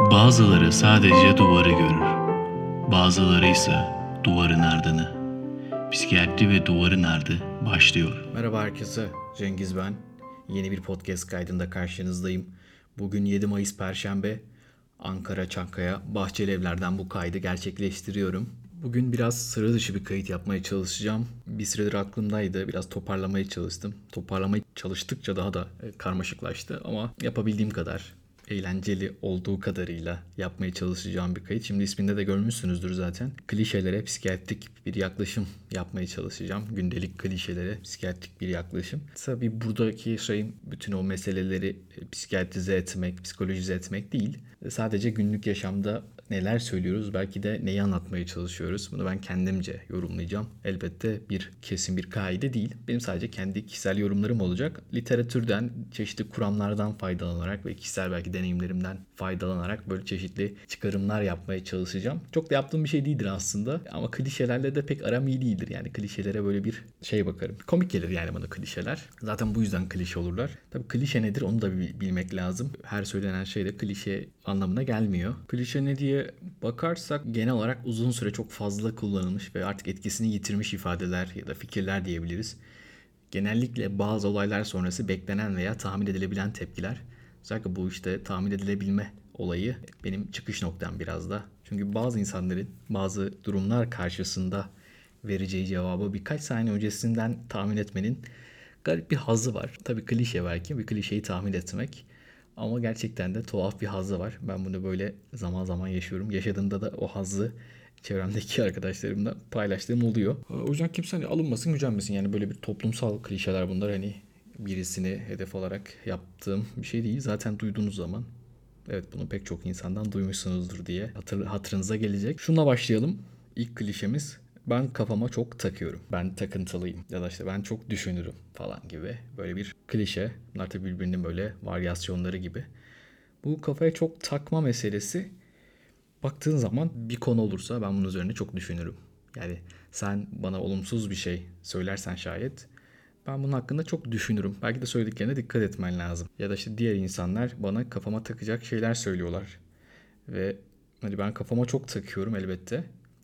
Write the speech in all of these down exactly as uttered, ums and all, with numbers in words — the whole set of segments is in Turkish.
Bazıları sadece duvarı görür. Bazıları ise duvarın ardını. Psikiyatri ve duvarın ardı başlıyor. Merhaba herkese, Cengiz ben. Yeni bir podcast kaydında karşınızdayım. Bugün yedi Mayıs Perşembe. Ankara Çankaya Bahçeli Evler'den bu kaydı gerçekleştiriyorum. Bugün biraz sıra dışı bir kayıt yapmaya çalışacağım. Bir süredir aklımdaydı. Biraz toparlamaya çalıştım. Toparlamaya çalıştıkça daha da karmaşıklaştı ama yapabildiğim kadar, eğlenceli olduğu kadarıyla yapmaya çalışacağım bir kayıt. Şimdi isminde de görmüşsünüzdür zaten. Klişelere psikiyatrik bir yaklaşım yapmaya çalışacağım. Gündelik klişelere psikiyatrik bir yaklaşım. Tabii buradaki şey bütün o meseleleri psikiyatrize etmek, psikolojize etmek değil. Sadece günlük yaşamda neler söylüyoruz, belki de neyi anlatmaya çalışıyoruz. Bunu ben kendimce yorumlayacağım. Elbette bir kesin bir kaide değil. Benim sadece kendi kişisel yorumlarım olacak. Literatürden, çeşitli kuramlardan faydalanarak ve kişisel belki deneyimlerimden faydalanarak böyle çeşitli çıkarımlar yapmaya çalışacağım. Çok da yaptığım bir şey değildir aslında. Ama klişelerle de pek aram iyi değildir. Yani klişelere böyle bir şey bakarım. Komik gelir yani bana klişeler. Zaten bu yüzden klişe olurlar. Tabii klişe nedir onu da bilmek lazım. Her söylenen şey de klişe anlamına gelmiyor. Klişe ne diye bakarsak genel olarak uzun süre çok fazla kullanılmış ve artık etkisini yitirmiş ifadeler ya da fikirler diyebiliriz. Genellikle bazı olaylar sonrası beklenen veya tahmin edilebilen tepkiler. Özellikle bu işte tahmin edilebilme olayı benim çıkış noktam biraz da. Çünkü bazı insanların bazı durumlar karşısında vereceği cevabı birkaç saniye öncesinden tahmin etmenin garip bir hazzı var. Tabii klişe belki bir klişeyi tahmin etmek. Ama gerçekten de tuhaf bir hazzı var. Ben bunu böyle zaman zaman yaşıyorum. Yaşadığımda da o hazzı çevremdeki arkadaşlarımla paylaştığım oluyor. O yüzden kimse hani alınmasın, gücenmesin. Yani böyle bir toplumsal klişeler bunlar. Hani birisini hedef alarak yaptığım bir şey değil. Zaten duyduğunuz zaman evet bunu pek çok insandan duymuşsunuzdur diye hatır, hatırınıza gelecek. Şununla başlayalım. İlk klişemiz: ben kafama çok takıyorum. Ben takıntılıyım. Ya da işte ben çok düşünürüm falan gibi. Böyle bir klişe. Bunlar tabii birbirinin böyle varyasyonları gibi. Bu kafaya çok takma meselesi, baktığın zaman bir konu olursa ben bunun üzerine çok düşünürüm. Yani sen bana olumsuz bir şey söylersen şayet ben bunun hakkında çok düşünürüm. Belki de söylediklerine dikkat etmen lazım. Ya da işte diğer insanlar bana kafama takacak şeyler söylüyorlar. Ve hani ben kafama çok takıyorum elbette.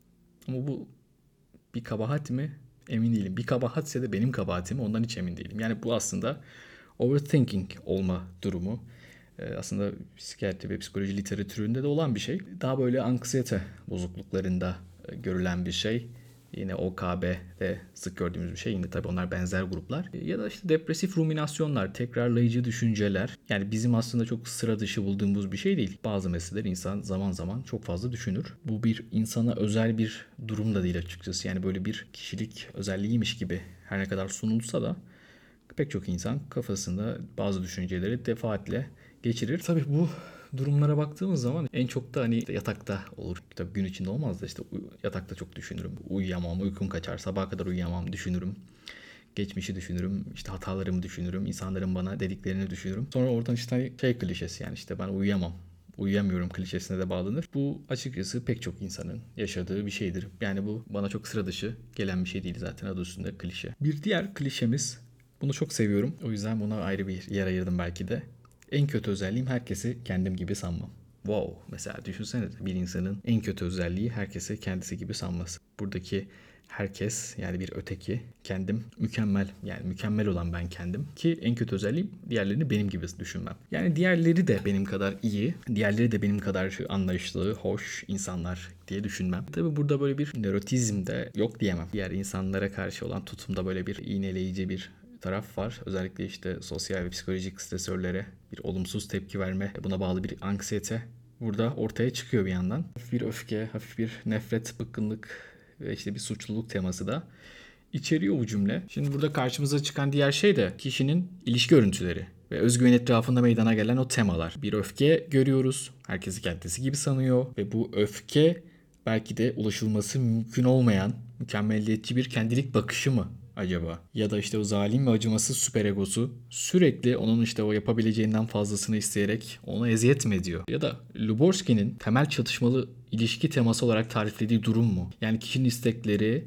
Ama bu bir kabahat mi? Emin değilim. Bir kabahatse de benim kabahatim, ondan hiç emin değilim. Yani bu aslında overthinking olma durumu. Ee, aslında psikiyatri ve psikoloji literatüründe de olan bir şey. Daha böyle anksiyete bozukluklarında e, görülen bir şey. Yine O K B'de sık gördüğümüz bir şey. Yine tabii onlar benzer gruplar. E, Ya da işte depresif ruminasyonlar, tekrarlayıcı düşünceler. Yani bizim aslında çok sıra dışı bulduğumuz bir şey değil. Bazı meseleler insan zaman zaman çok fazla düşünür. Bu bir insana özel bir durum da değil açıkçası. Yani böyle bir kişilik özelliğiymiş gibi her ne kadar sunulsa da pek çok insan kafasında bazı düşünceleri defaatle geçirir. Tabii bu durumlara baktığımız zaman en çok da hani işte yatakta olur. Tabii gün içinde olmaz da işte yatakta çok düşünürüm. Uyuyamam, uykum kaçar, sabaha kadar uyuyamam, düşünürüm. Geçmişi düşünürüm, işte hatalarımı düşünürüm, insanların bana dediklerini düşünürüm. Sonra oradan işte şey klişesi, yani işte ben uyuyamam, uyuyamıyorum klişesine de bağlanır. Bu açıkçası pek çok insanın yaşadığı bir şeydir. Yani bu bana çok sıra dışı gelen bir şey değil, zaten adı üstünde klişe. Bir diğer klişemiz, bunu çok seviyorum. O yüzden buna ayrı bir yer ayırdım belki de. En kötü özelliğim herkesi kendim gibi sanmam. Wow, mesela düşünsene bir insanın en kötü özelliği herkesi kendisi gibi sanması. Buradaki herkes yani bir öteki, kendim mükemmel, yani mükemmel olan ben kendim, ki en kötü özelliğim diğerlerini benim gibi düşünmem. Yani diğerleri de benim kadar iyi, diğerleri de benim kadar anlayışlı, hoş insanlar diye düşünmem. Tabii burada böyle bir nörotizm de yok diyemem. Diğer insanlara karşı olan tutumda böyle bir iğneleyici bir taraf var. Özellikle işte sosyal ve psikolojik stresörlere bir olumsuz tepki verme, buna bağlı bir anksiyete burada ortaya çıkıyor bir yandan. Hafif bir öfke, hafif bir nefret, bıkkınlık ve işte bir suçluluk teması da içeriyor bu cümle. Şimdi burada karşımıza çıkan diğer şey de kişinin ilişki örüntüleri ve özgüven etrafında meydana gelen o temalar. Bir öfke görüyoruz. Herkesi kendisi gibi sanıyor ve bu öfke belki de ulaşılması mümkün olmayan mükemmeliyetçi bir kendilik bakışı mı acaba? Ya da işte o zalim ve acımasız süperegosu sürekli onun işte o yapabileceğinden fazlasını isteyerek ona eziyet mi ediyor? Ya da Luborsky'nin temel çatışmalı ilişki teması olarak tariflediği durum mu? Yani kişinin istekleri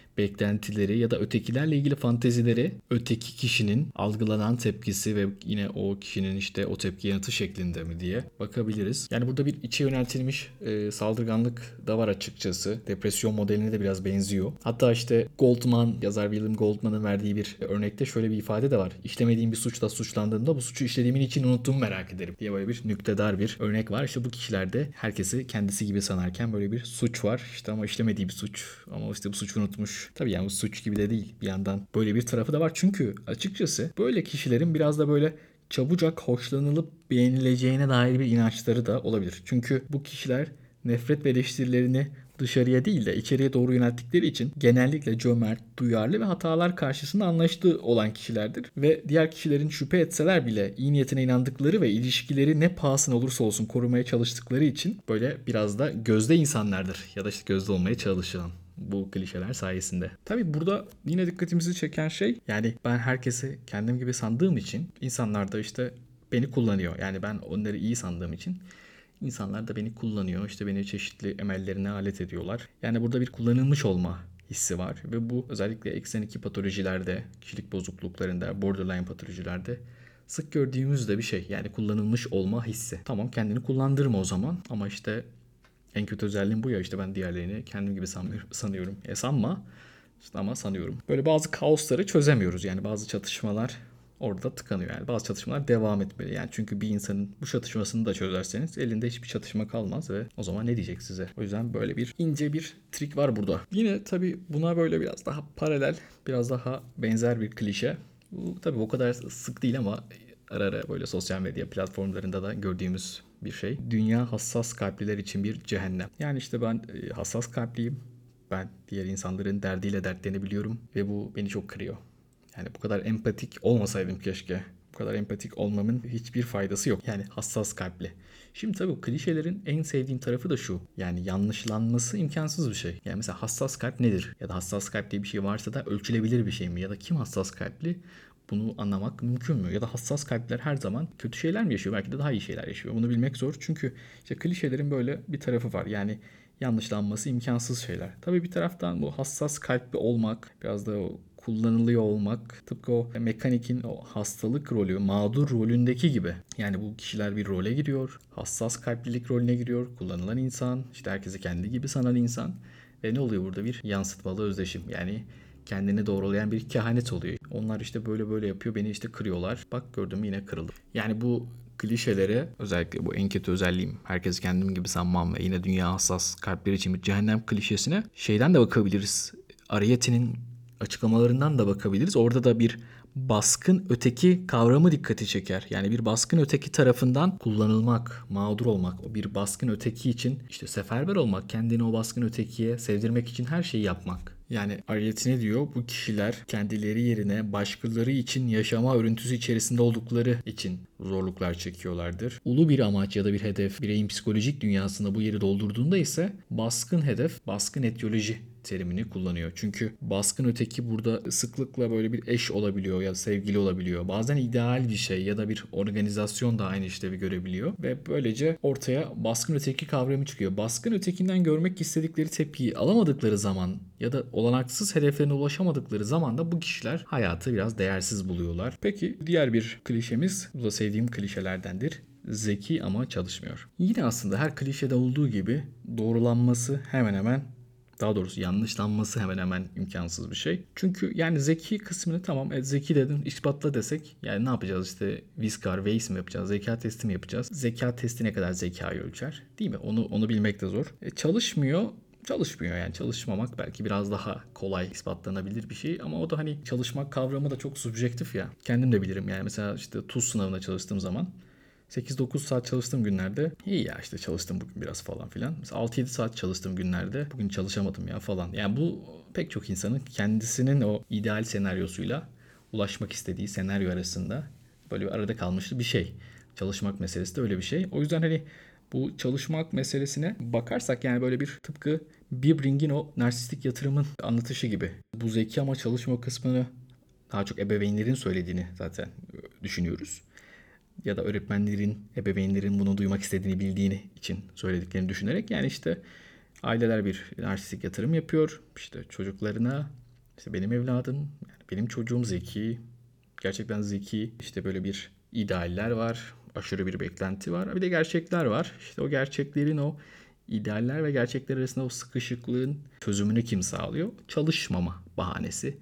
beklentileri ya da ötekilerle ilgili fantezileri öteki kişinin algılanan tepkisi ve yine o kişinin işte o tepki yanıtı şeklinde mi diye bakabiliriz. Yani burada bir içe yöneltilmiş e, saldırganlık da var açıkçası. Depresyon modeline de biraz benziyor. Hatta işte Goldman, yazar William Goldman'ın verdiği bir örnekte şöyle bir ifade de var. İşlemediğim bir suçla suçlandığımda bu suçu işlediğimin için unuttuğumu merak ederim diye böyle bir nüktedar bir örnek var. İşte bu kişilerde herkesi kendisi gibi sanarken böyle bir suç var. İşte ama işlemediği bir suç. Ama işte bu suçu unutmuş. Tabii yani bu suç gibi de değil. Bir yandan böyle bir tarafı da var. Çünkü açıkçası böyle kişilerin biraz da böyle çabucak hoşlanılıp beğenileceğine dair bir inançları da olabilir. Çünkü bu kişiler nefret ve eleştirilerini dışarıya değil de içeriye doğru yönelttikleri için genellikle cömert, duyarlı ve hatalar karşısında anlayışlı olan kişilerdir. Ve diğer kişilerin şüphe etseler bile iyi niyetine inandıkları ve ilişkileri ne pahasına olursa olsun korumaya çalıştıkları için böyle biraz da gözde insanlardır. Ya da işte gözde olmaya çalışılan bu klişeler sayesinde. Tabii burada yine dikkatimizi çeken şey, yani ben herkesi kendim gibi sandığım için insanlar da işte beni kullanıyor. Yani ben onları iyi sandığım için İnsanlar da beni kullanıyor. İşte beni çeşitli emellerine alet ediyorlar. Yani burada bir kullanılmış olma hissi var. Ve bu özellikle eksen iki patolojilerde, kişilik bozukluklarında, borderline patolojilerde sık gördüğümüz de bir şey. Yani kullanılmış olma hissi. Tamam, kendini kullandırma o zaman. Ama işte en kötü özelliğim bu ya, işte ben diğerlerini kendim gibi sanıyorum. E sanma işte ama sanıyorum. Böyle bazı kaosları çözemiyoruz. Yani bazı çatışmalar orada tıkanıyor. Yani bazı çatışmalar devam etmeli. Yani çünkü bir insanın bu çatışmasını da çözerseniz elinde hiçbir çatışma kalmaz ve o zaman ne diyecek size? O yüzden böyle bir ince bir trik var burada. Yine tabii buna böyle biraz daha paralel, biraz daha benzer bir klişe. Bu tabii o kadar sık değil ama ara ara böyle sosyal medya platformlarında da gördüğümüz bir şey. Dünya hassas kalpliler için bir cehennem. Yani işte ben hassas kalpliyim. Ben diğer insanların derdiyle dertlenebiliyorum ve bu beni çok kırıyor. Yani bu kadar empatik olmasaydım keşke. Bu kadar empatik olmamın hiçbir faydası yok. Yani hassas kalpli. Şimdi tabii bu klişelerin en sevdiğim tarafı da şu. Yani yanlışlanması imkansız bir şey. Yani mesela hassas kalp nedir? Ya da hassas kalp diye bir şey varsa da ölçülebilir bir şey mi? Ya da kim hassas kalpli? Bunu anlamak mümkün mü? Ya da hassas kalpler her zaman kötü şeyler mi yaşıyor? Belki de daha iyi şeyler yaşıyor. Bunu bilmek zor. Çünkü işte klişelerin böyle bir tarafı var. Yani yanlışlanması imkansız şeyler. Tabii bir taraftan bu hassas kalpli olmak, biraz da o kullanılıyor olmak, tıpkı o mekanikin o hastalık rolü, mağdur rolündeki gibi. Yani bu kişiler bir role giriyor, hassas kalplilik rolüne giriyor, kullanılan insan, işte herkesi kendi gibi sanan insan. Ve ne oluyor burada? Bir yansıtmalı özdeşim. Yani kendini doğrulayan bir kehanet oluyor. Onlar işte böyle böyle yapıyor, beni işte kırıyorlar. Bak gördüm, yine kırıldım. Yani bu klişelere, özellikle bu en kötü özelliğim herkes kendim gibi sanmam ve yine dünya hassas kalpleri için bir cehennem klişesine şeyden de bakabiliriz. Ariyeti'nin açıklamalarından da bakabiliriz. Orada da bir baskın öteki kavramı dikkati çeker. Yani bir baskın öteki tarafından kullanılmak, mağdur olmak, o bir baskın öteki için işte seferber olmak, kendini o baskın ötekiye sevdirmek için her şeyi yapmak. Yani Ariyeti ne diyor? Bu kişiler kendileri yerine başkaları için yaşama örüntüsü içerisinde oldukları için zorluklar çekiyorlardır. Ulu bir amaç ya da bir hedef bireyin psikolojik dünyasında bu yeri doldurduğunda ise baskın hedef, baskın etiyoloji terimini kullanıyor. Çünkü baskın öteki burada sıklıkla böyle bir eş olabiliyor ya da sevgili olabiliyor. Bazen ideal bir şey ya da bir organizasyon da aynı işlevi görebiliyor ve böylece ortaya baskın öteki kavramı çıkıyor. Baskın ötekinden görmek istedikleri tepkiyi alamadıkları zaman ya da olanaksız hedeflerine ulaşamadıkları zaman da bu kişiler hayatı biraz değersiz buluyorlar. Peki diğer bir klişemiz, bu da sevdiğim klişelerdendir. Zeki ama çalışmıyor. Yine aslında her klişede olduğu gibi doğrulanması hemen hemen, daha doğrusu yanlışlanması hemen hemen imkansız bir şey. Çünkü yani zeki kısmını tamam, e, zeki dedin ispatla desek yani ne yapacağız, işte Viskar, Weiss mi yapacağız, zeka testi mi yapacağız? Zeka testi ne kadar zekayı ölçer, değil mi? Onu onu bilmek de zor. E, çalışmıyor. Çalışmıyor yani, çalışmamak belki biraz daha kolay ispatlanabilir bir şey ama o da hani çalışmak kavramı da çok subjektif ya. Kendim de bilirim yani, mesela işte TUS sınavına çalıştığım zaman sekiz dokuz saat çalıştığım günlerde iyi ya işte çalıştım bugün biraz falan filan. Mesela altı yedi saat çalıştığım günlerde bugün çalışamadım ya falan. Yani bu pek çok insanın kendisinin o ideal senaryosuyla ulaşmak istediği senaryo arasında böyle bir arada kalmıştı bir şey. Çalışmak meselesi de öyle bir şey. O yüzden hani bu çalışmak meselesine bakarsak yani böyle bir tıpkı Bibring'in o narsistik yatırımın anlatışı gibi. Bu zeki ama çalışma kısmını daha çok ebeveynlerin söylediğini zaten düşünüyoruz. Ya da öğretmenlerin, ebeveynlerin bunu duymak istediğini bildiğini için söylediklerini düşünerek yani işte aileler bir narsistik yatırım yapıyor. İşte çocuklarına İşte benim evladım, yani benim çocuğum zeki, gerçekten zeki. İşte böyle bir idealler var, aşırı bir beklenti var. Bir de gerçekler var. İşte o gerçeklerin o idealler ve gerçekler arasında o sıkışıklığın çözümünü kim sağlıyor? Çalışmama bahanesi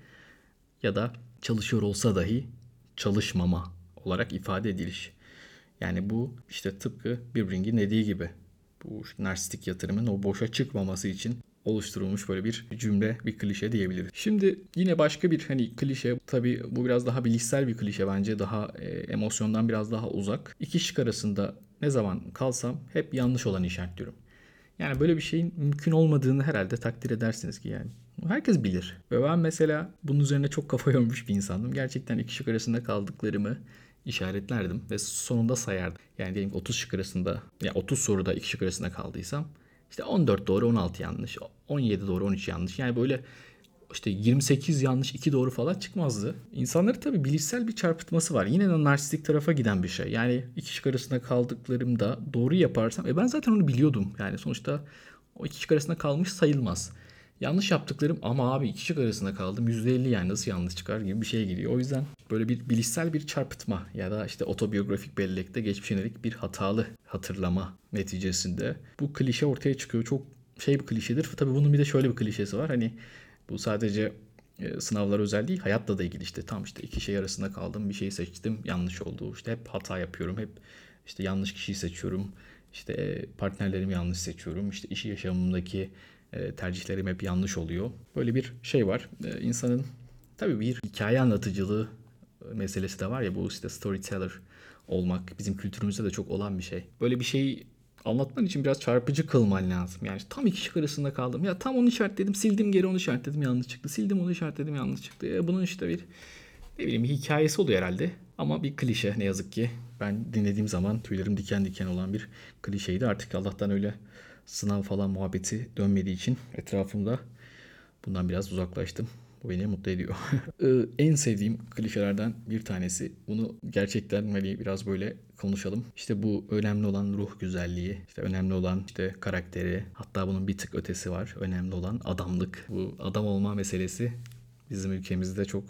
ya da çalışıyor olsa dahi çalışmama olarak ifade ediliş. Yani bu işte tıpkı Birbring'in dediği gibi bu narsistik yatırımın o boşa çıkmaması için oluşturulmuş böyle bir cümle, bir klişe diyebiliriz. Şimdi yine başka bir hani klişe, tabii bu biraz daha bilişsel bir klişe bence, daha e, emosyondan biraz daha uzak. İki şık arasında ne zaman kalsam hep yanlış olanı işaretliyorum. Yani böyle bir şeyin mümkün olmadığını herhalde takdir edersiniz ki yani. Herkes bilir. Ve ben mesela bunun üzerine çok kafa yormuş bir insandım. Gerçekten iki şık arasında kaldıklarımı işaretlerdim ve sonunda sayardım. Yani diyelim ki otuz şık arasında, ya otuz soruda iki şık arasında kaldıysam işte on dört doğru on altı yanlış, on yedi doğru on üç yanlış. Yani böyle işte yirmi sekiz yanlış iki doğru falan çıkmazdı. İnsanların tabii bilişsel bir çarpıtması var. Yine de narsistik tarafa giden bir şey. Yani iki şık arasında kaldıklarımda doğru yaparsam e ben zaten onu biliyordum. Yani sonuçta o iki şık arasında kalmış sayılmaz. Yanlış yaptıklarım ama abi iki şık arasında kaldım yüzde elli, yani nasıl yanlış çıkar gibi bir şeye gidiyor. O yüzden böyle bir bilişsel bir çarpıtma ya da işte otobiyografik bellekte geçmişe yönelik bir hatalı hatırlama neticesinde bu klişe ortaya çıkıyor. Çok şey bir klişedir. Tabii bunun bir de şöyle bir klişesi var. Hani bu sadece e, sınavlar özel değil, hayatla da ilgili. İşte tam işte iki şey arasında kaldım, bir şeyi seçtim, yanlış oldu. İşte hep hata yapıyorum, hep işte yanlış kişiyi seçiyorum. İşte e, partnerlerimi yanlış seçiyorum. İşte iş yaşamımdaki e, tercihlerim hep yanlış oluyor. Böyle bir şey var. E, insanın tabii bir hikaye anlatıcılığı meselesi de var ya, bu işte storyteller olmak bizim kültürümüzde de çok olan bir şey. Böyle bir şeyi anlatman için biraz çarpıcı kılman lazım. Yani tam iki şık arasında kaldım. Ya tam onu işaretledim, sildim, geri onu işaretledim, yanlış çıktı. Sildim, onu işaretledim, yanlış çıktı. E bunun işte bir ne bileyim bir hikayesi oluyor herhalde. Ama bir klişe ne yazık ki. Ben dinlediğim zaman tüylerim diken diken olan bir klişeydi. Artık Allah'tan öyle sınav falan muhabbeti dönmediği için etrafımda bundan biraz uzaklaştım. Bu beni mutlu ediyor. Ee, en sevdiğim klişelerden bir tanesi. Bunu gerçekten hani biraz böyle konuşalım. İşte bu önemli olan ruh güzelliği, işte önemli olan işte karakteri, hatta bunun bir tık ötesi var. Önemli olan adamlık. Bu adam olma meselesi bizim ülkemizde çok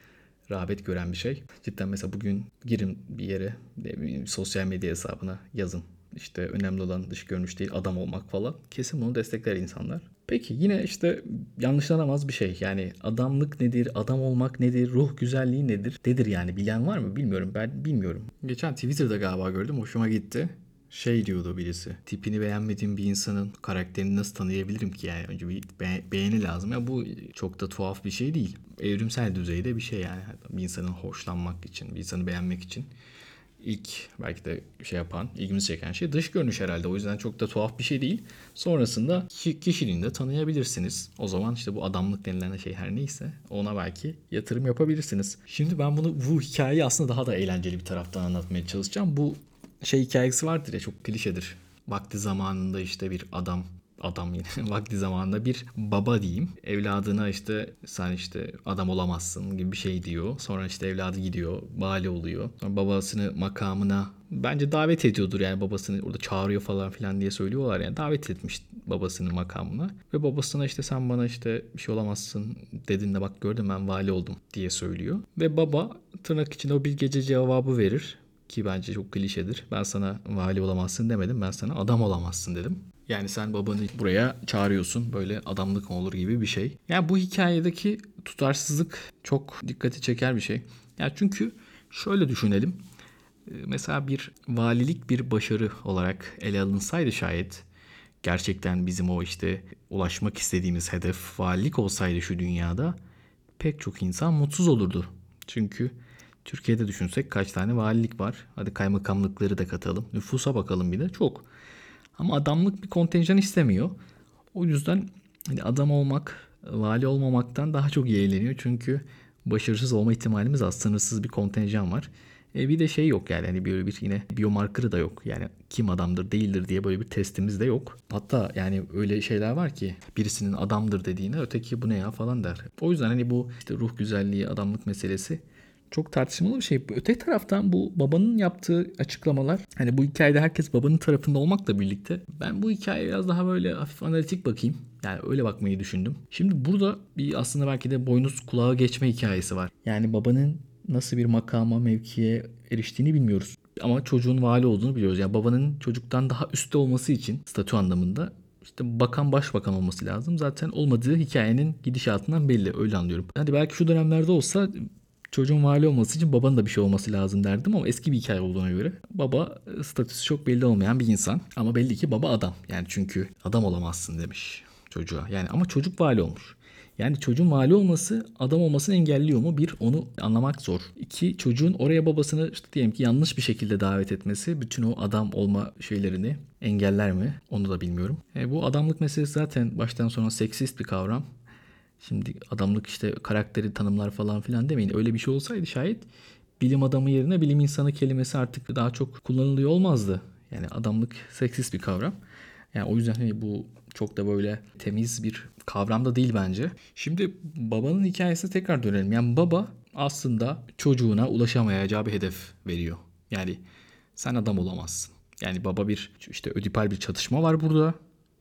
rağbet gören bir şey. Cidden mesela bugün girin bir yere, bir sosyal medya hesabına yazın. İşte önemli olan dış görünüş değil, adam olmak falan. Kesin bunu destekler insanlar. Peki yine işte yanlışlanamaz bir şey. Yani adamlık nedir, adam olmak nedir, ruh güzelliği nedir? Nedir yani, bilen var mı bilmiyorum. Ben bilmiyorum. Geçen Twitter'da galiba gördüm, hoşuma gitti. Şey diyordu birisi. Tipini beğenmediğim bir insanın karakterini nasıl tanıyabilirim ki yani? Önce bir be- beğeni lazım. Ya bu çok da tuhaf bir şey değil. Evrimsel düzeyde bir şey yani. Bir insanın hoşlanmak için, bir insanı beğenmek için ilk belki de şey yapan, ilgimizi çeken şey dış görünüş herhalde. O yüzden çok da tuhaf bir şey değil. Sonrasında kişiliğini de tanıyabilirsiniz. O zaman işte bu adamlık denilen şey her neyse ona belki yatırım yapabilirsiniz. Şimdi ben bunu, bu hikayeyi aslında daha da eğlenceli bir taraftan anlatmaya çalışacağım. Bu şey hikayesi vardır ya, çok klişedir. Vakti zamanında işte bir adam adam yine vakti zamanında bir baba diyeyim. Evladına işte sen işte adam olamazsın gibi bir şey diyor. Sonra işte evladı gidiyor, vali oluyor. Sonra babasını makamına bence davet ediyordur, yani babasını orada çağırıyor falan filan diye söylüyorlar, yani davet etmiş babasının makamına. Ve babasına işte sen bana işte bir şey olamazsın dedin de bak gördüm ben vali oldum diye söylüyor. Ve baba tırnak içinde o bir gece cevabı verir. Ki bence çok klişedir. Ben sana vali olamazsın demedim. Ben sana adam olamazsın dedim. Yani sen babanı buraya çağırıyorsun. Böyle adamlık mı olur gibi bir şey. Yani bu hikayedeki tutarsızlık çok dikkati çeker bir şey. Yani çünkü şöyle düşünelim. Mesela bir valilik bir başarı olarak ele alınsaydı şayet, gerçekten bizim o işte ulaşmak istediğimiz hedef valilik olsaydı şu dünyada, pek çok insan mutsuz olurdu. Çünkü Türkiye'de düşünsek kaç tane valilik var? Hadi kaymakamlıkları da katalım. Nüfusa bakalım bir de, çok. Ama adamlık bir kontenjan istemiyor. O yüzden hani adam olmak, vali olmamaktan daha çok yeğleniyor. Çünkü başarısız olma ihtimalimiz az. Sınırsız bir kontenjan var. E bir de şey yok yani, hani böyle bir yine biomarkerı da yok. Yani kim adamdır değildir diye böyle bir testimiz de yok. Hatta yani öyle şeyler var ki birisinin adamdır dediğine öteki bu ne ya falan der. O yüzden hani bu işte ruh güzelliği, adamlık meselesi çok tartışmalı bir şey. Öte taraftan bu babanın yaptığı açıklamalar, hani bu hikayede herkes babanın tarafında olmakla birlikte ben bu hikayeye biraz daha böyle hafif analitik bakayım. Yani öyle bakmayı düşündüm. Şimdi burada bir aslında belki de boynuz kulağa geçme hikayesi var. Yani babanın nasıl bir makama, mevkiye eriştiğini bilmiyoruz. Ama çocuğun vali olduğunu biliyoruz. Yani babanın çocuktan daha üstte olması için statü anlamında işte bakan başbakan olması lazım. Zaten olmadığı hikayenin gidişatından belli. Öyle anlıyorum. Hadi belki şu dönemlerde olsa çocuğun vali olması için babanın da bir şey olması lazım derdim ama eski bir hikaye olduğuna göre baba statüsü çok belli olmayan bir insan. Ama belli ki baba adam. Yani çünkü adam olamazsın demiş çocuğa. Yani ama çocuk vali olmuş. Yani çocuğun vali olması adam olmasını engelliyor mu? Bir, onu anlamak zor. İki, çocuğun oraya babasını işte diyelim ki yanlış bir şekilde davet etmesi bütün o adam olma şeylerini engeller mi? Onu da bilmiyorum. E, bu adamlık meselesi zaten baştan sona seksist bir kavram. Şimdi adamlık işte karakteri tanımlar falan filan demeyin. Öyle bir şey olsaydı şayet bilim adamı yerine bilim insanı kelimesi artık daha çok kullanılıyor olmazdı. Yani adamlık seksist bir kavram. Yani o yüzden hani bu çok da böyle temiz bir kavram da değil bence. Şimdi babanın hikayesine tekrar dönelim. Yani baba aslında çocuğuna ulaşamayacağı bir hedef veriyor. Yani sen adam olamazsın. Yani baba bir işte ödipal bir çatışma var burada.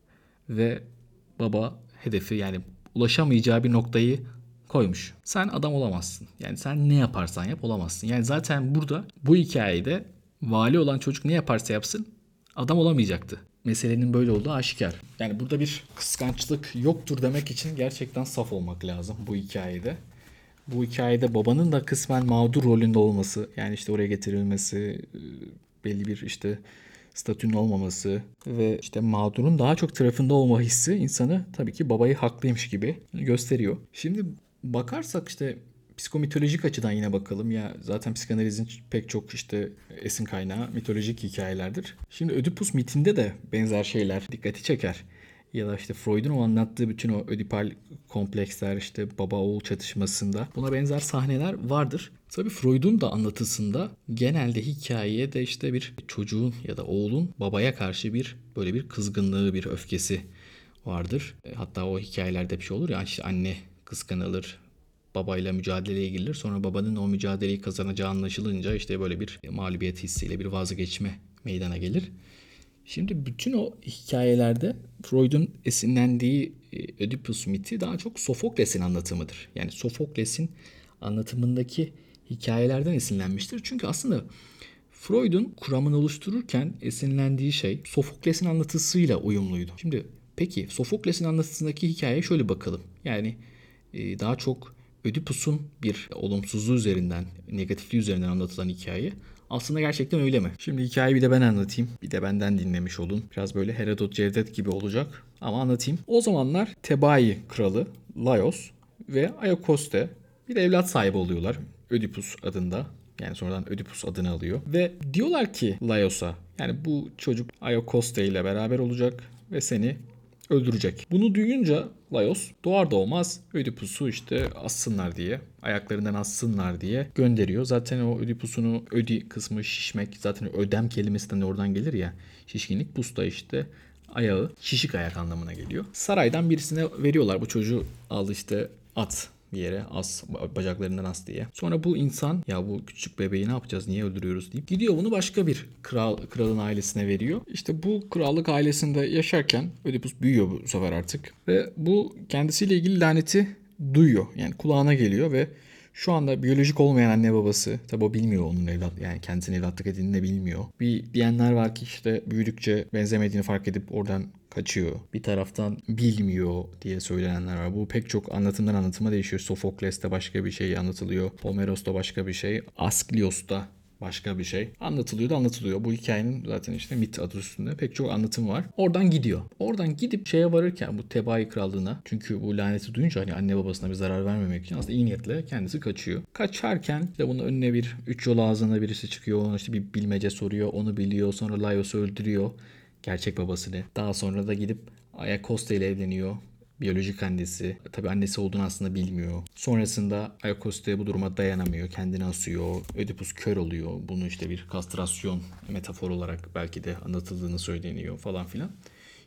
Ve baba hedefi yani ulaşamayacağı bir noktayı koymuş. Sen adam olamazsın. Yani sen ne yaparsan yap olamazsın. Yani zaten burada bu hikayede vali olan çocuk ne yaparsa yapsın adam olamayacaktı. Meselenin böyle olduğu aşikar. Yani burada bir kıskançlık yoktur demek için gerçekten saf olmak lazım bu hikayede. Bu hikayede babanın da kısmen mağdur rolünde olması, yani işte oraya getirilmesi, belli bir işte statünün olmaması ve işte mağdurun daha çok tarafında olma hissi insanı tabii ki babayı haklıymış gibi gösteriyor. Şimdi bakarsak işte psikomitolojik açıdan yine bakalım ya zaten psikanalizin pek çok işte esin kaynağı mitolojik hikayelerdir. Şimdi Ödipus mitinde de benzer şeyler dikkati çeker. Ya da işte Freud'un o anlattığı bütün o ödipal kompleksler işte baba oğul çatışmasında buna benzer sahneler vardır. Tabii Freud'un da anlatısında genelde hikayeye de işte bir çocuğun ya da oğlun babaya karşı bir böyle bir kızgınlığı, bir öfkesi vardır. Hatta o hikayelerde bir şey olur ya işte anne kıskanılır, babayla mücadeleye girilir. Sonra babanın o mücadeleyi kazanacağı anlaşılınca işte böyle bir mağlubiyet hissiyle bir vazgeçme meydana gelir. Şimdi bütün o hikayelerde Freud'un esinlendiği Ödipus miti daha çok Sofokles'in anlatımıdır. Yani Sofokles'in anlatımındaki hikayelerden esinlenmiştir. Çünkü aslında Freud'un kuramını oluştururken esinlendiği şey Sofokles'in anlatısıyla uyumluydu. Şimdi peki Sofokles'in anlatısındaki hikayeye şöyle bakalım. Yani daha çok Ödipus'un bir olumsuzluğu üzerinden, negatifliği üzerinden anlatılan hikaye. Aslında gerçekten öyle mi? Şimdi hikayeyi bir de ben anlatayım. Bir de benden dinlemiş olun. Biraz böyle Herodot Cevdet gibi olacak. Ama anlatayım. O zamanlar Tebai kralı Laios ve Ayakoste bir evlat sahibi oluyorlar. Ödipus adında. Yani sonradan Ödipus adını alıyor. Ve diyorlar ki Laios'a yani bu çocuk Ayakoste ile beraber olacak ve seni öldürecek. Bunu duyunca Laios doğar doğmaz Ödipus'u işte assınlar diye, ayaklarından assınlar diye gönderiyor. Zaten o Ödipus'un ödi kısmı şişmek, zaten ödem kelimesinden de oradan gelir ya. Şişkinlik, pus da işte ayağı, şişik ayak anlamına geliyor. Saraydan birisine veriyorlar bu çocuğu al işte at bir yere as bacaklarından as diye. Sonra bu insan ya bu küçük bebeği ne yapacağız niye öldürüyoruz deyip gidiyor bunu başka bir kral kralın ailesine veriyor. İşte bu krallık ailesinde yaşarken Ödipus büyüyor bu sefer artık ve bu kendisiyle ilgili laneti duyuyor. Yani kulağına geliyor ve şu anda biyolojik olmayan anne babası tabi o bilmiyor onun evlat yani kendisini evlatlık edindiğini de bilmiyor. Bir diyenler var ki işte büyüdükçe benzemediğini fark edip oradan kaçıyor. Bir taraftan bilmiyor diye söylenenler var. Bu pek çok anlatımdan anlatıma değişiyor. Sofokles'te başka bir şey anlatılıyor. Homeros'ta başka bir şey. Asklios'ta başka bir şey. Anlatılıyor da anlatılıyor. Bu hikayenin zaten işte mit adı üstünde pek çok anlatım var. Oradan gidiyor. Oradan gidip şeye varırken bu Tebai krallığına çünkü bu laneti duyunca hani anne babasına bir zarar vermemek için aslında iyi niyetle kendisi kaçıyor. Kaçarken işte bunun önüne bir üç yol ağzına birisi çıkıyor. Ona işte bir bilmece soruyor. Onu biliyor. Sonra Laios'u öldürüyor. Gerçek babasını. Daha sonra da gidip Ayakoste ile evleniyor. Biyolojik annesi. Tabii annesi olduğunu aslında bilmiyor. Sonrasında Ayakoste bu duruma dayanamıyor. Kendini asıyor. Ödipus kör oluyor. Bunu işte bir kastrasyon metafor olarak belki de anlatıldığını söyleniyor falan filan.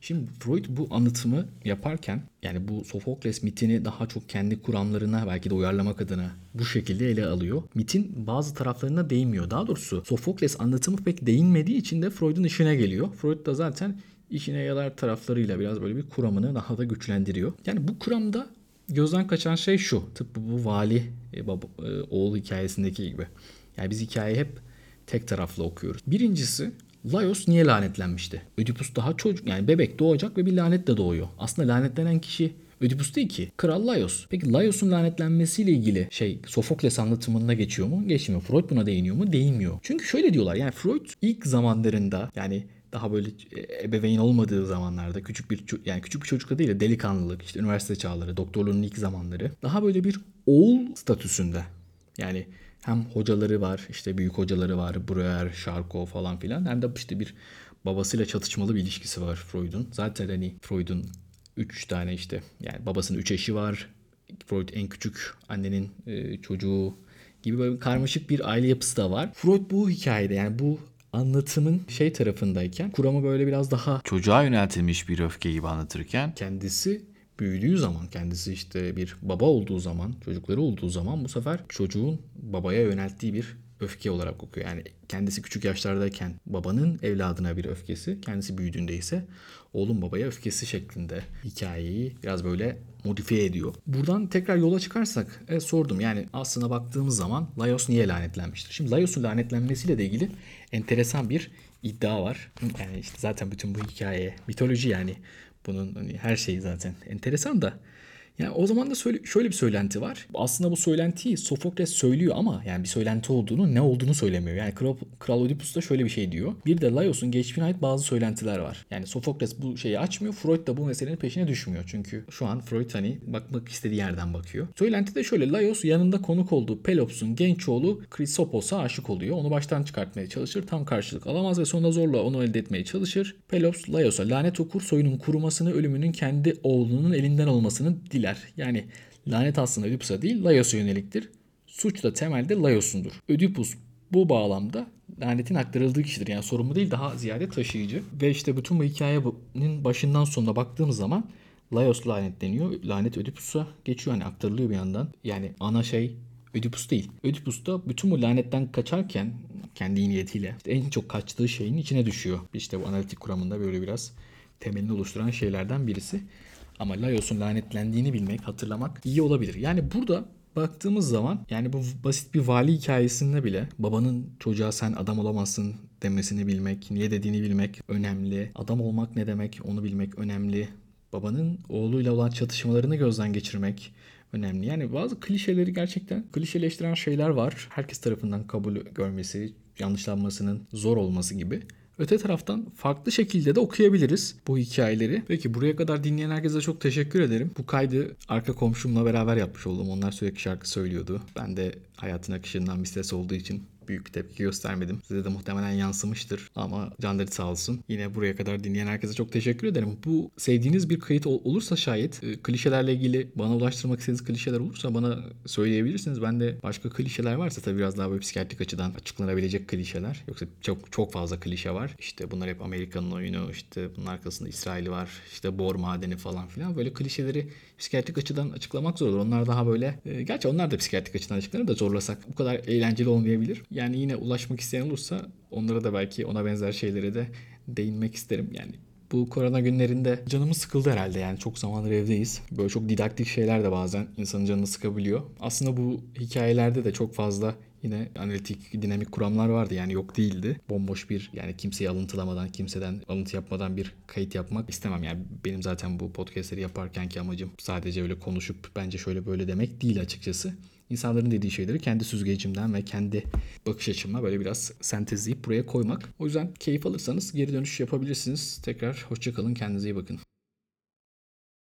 Şimdi Freud bu anlatımı yaparken yani bu Sofokles mitini daha çok kendi kuramlarına belki de uyarlamak adına bu şekilde ele alıyor. Mitin bazı taraflarına değinmiyor. Daha doğrusu Sofokles anlatımı pek değinmediği için de Freud'un işine geliyor. Freud da zaten işine yarar taraflarıyla biraz böyle bir kuramını daha da güçlendiriyor. Yani bu kuramda gözden kaçan şey şu. Tıpkı bu vali e, baba, e, oğul hikayesindeki gibi. Yani biz hikayeyi hep tek taraflı okuyoruz. Birincisi Laios niye lanetlenmişti? Ödipus daha çocuk yani bebek doğacak ve bir lanetle doğuyor. Aslında lanetlenen kişi Ödipus değil ki. Kral Laios. Peki Laios'un lanetlenmesiyle ilgili şey Sofokles anlatımında geçiyor mu? Geçmiyor. Freud buna değiniyor mu? Değinmiyor. Çünkü şöyle diyorlar yani Freud ilk zamanlarında yani daha böyle ebeveyn olmadığı zamanlarda küçük bir yani küçük bir çocukta değil de delikanlılık, işte üniversite çağları, doktorluğun ilk zamanları daha böyle bir oğul statüsünde. Yani hem hocaları var, işte büyük hocaları var, Breuer, Charcot falan filan. Hem de işte bir babasıyla çatışmalı bir ilişkisi var Freud'un. Zaten hani Freud'un üç tane işte yani babasının üç eşi var. Freud en küçük, annenin e, çocuğu gibi böyle karmaşık bir aile yapısı da var. Freud bu hikayede yani bu anlatımın şey tarafındayken kuramı böyle biraz daha Çocuğa yöneltilmiş bir öfke gibi anlatırken kendisi büyüdüğü zaman, kendisi işte bir baba olduğu zaman, çocukları olduğu zaman bu sefer çocuğun babaya yönelttiği bir öfke olarak okuyor. Yani kendisi küçük yaşlardayken babanın evladına bir öfkesi, kendisi büyüdüğünde ise oğlun babaya öfkesi şeklinde hikayeyi biraz böyle modifiye ediyor. Buradan tekrar yola çıkarsak e, sordum. Yani aslına baktığımız zaman Laios niye lanetlenmiştir? Şimdi Laios'un lanetlenmesiyle de ilgili enteresan bir iddia var. Yani işte zaten bütün bu hikaye mitoloji yani bunun hani her şeyi zaten enteresan da. Yani o zaman da söyle, şöyle bir söylenti var. Aslında bu söylentiyi Sofokles söylüyor ama yani bir söylenti olduğunu, ne olduğunu söylemiyor. Yani Kral, Kral Oedipus da şöyle bir şey diyor. Bir de Laios'un geçmişine ait bazı söylentiler var. Yani Sofokles bu şeyi açmıyor. Freud da bu meselenin peşine düşmüyor. Çünkü şu an Freud hani bakmak istediği yerden bakıyor. Söylenti de şöyle. Laios yanında konuk olduğu Pelops'un genç oğlu Chrysopos'a aşık oluyor. Onu baştan çıkartmaya çalışır. Tam karşılık alamaz ve sonunda zorla onu elde etmeye çalışır. Pelops Laios'a lanet okur. Soyunun kurumasını, ölümünün kendi oğlunun elinden olmasını diler. Yani lanet aslında Ödipus'a değil Laios'a yöneliktir. Suç da temelde Laios'undur. Ödipus bu bağlamda lanetin aktarıldığı kişidir. Yani sorumlu değil daha ziyade taşıyıcı. Ve işte bütün bu hikayenin başından sonuna baktığımız zaman Laios lanetleniyor. Lanet Ödipus'a geçiyor hani aktarılıyor bir yandan. Yani ana şey Ödipus değil. Ödipus da bütün bu lanetten kaçarken kendi iyi niyetiyle işte en çok kaçtığı şeyin içine düşüyor. İşte bu analitik kuramında böyle biraz temelini oluşturan şeylerden birisi. Ama Laios'un lanetlendiğini bilmek, hatırlamak iyi olabilir. Yani burada baktığımız zaman yani bu basit bir vali hikayesinde bile babanın çocuğa sen adam olamazsın demesini bilmek, niye dediğini bilmek önemli. Adam olmak ne demek onu bilmek önemli. Babanın oğluyla olan çatışmalarını gözden geçirmek önemli. Yani bazı klişeleri gerçekten klişeleştiren şeyler var. Herkes tarafından kabul görmesi, yanlışlanmasının zor olması gibi. Öte taraftan farklı şekilde de okuyabiliriz bu hikayeleri. Peki buraya kadar dinleyen herkese çok teşekkür ederim. Bu kaydı arka komşumla beraber yapmış oldum. Onlar sürekli şarkı söylüyordu. Ben de hayatın akışından bir ses olduğu için büyük bir tepki göstermedim. Size de muhtemelen yansımıştır ama canları sağ olsun. Yine buraya kadar dinleyen herkese çok teşekkür ederim. Bu sevdiğiniz bir kayıt ol- olursa şayet e, klişelerle ilgili bana ulaştırmak istediğiniz klişeler olursa bana söyleyebilirsiniz. Ben de başka klişeler varsa tabii biraz daha böyle psikiyatrik açıdan açıklanabilecek klişeler. Yoksa çok çok fazla klişe var. İşte bunlar hep Amerika'nın oyunu, işte bunun arkasında İsrail var, işte bor madeni falan filan. Böyle klişeleri psikiyatrik açıdan açıklamak zor olur. Onlar daha böyle e, gerçi onlar da psikiyatrik açıdan açıklanır da zorlasak bu kadar eğlenceli olmayabilir. Yani yine ulaşmak isteyen olursa onlara da belki ona benzer şeylere de değinmek isterim. Yani bu korona günlerinde canımız sıkıldı herhalde yani çok zamandır evdeyiz. Böyle çok didaktik şeyler de bazen insanın canını sıkabiliyor. Aslında bu hikayelerde de çok fazla yine analitik, dinamik kuramlar vardı yani yok değildi. Bomboş bir yani kimseyi alıntılamadan, kimseden alıntı yapmadan bir kayıt yapmak istemem. Yani benim zaten bu podcastleri yaparkenki amacım sadece öyle konuşup bence şöyle böyle demek değil açıkçası. İnsanların dediği şeyleri kendi süzgecimden ve kendi bakış açıma böyle biraz sentezleyip buraya koymak. O yüzden keyif alırsanız geri dönüş yapabilirsiniz. Tekrar hoşça kalın, kendinize iyi bakın.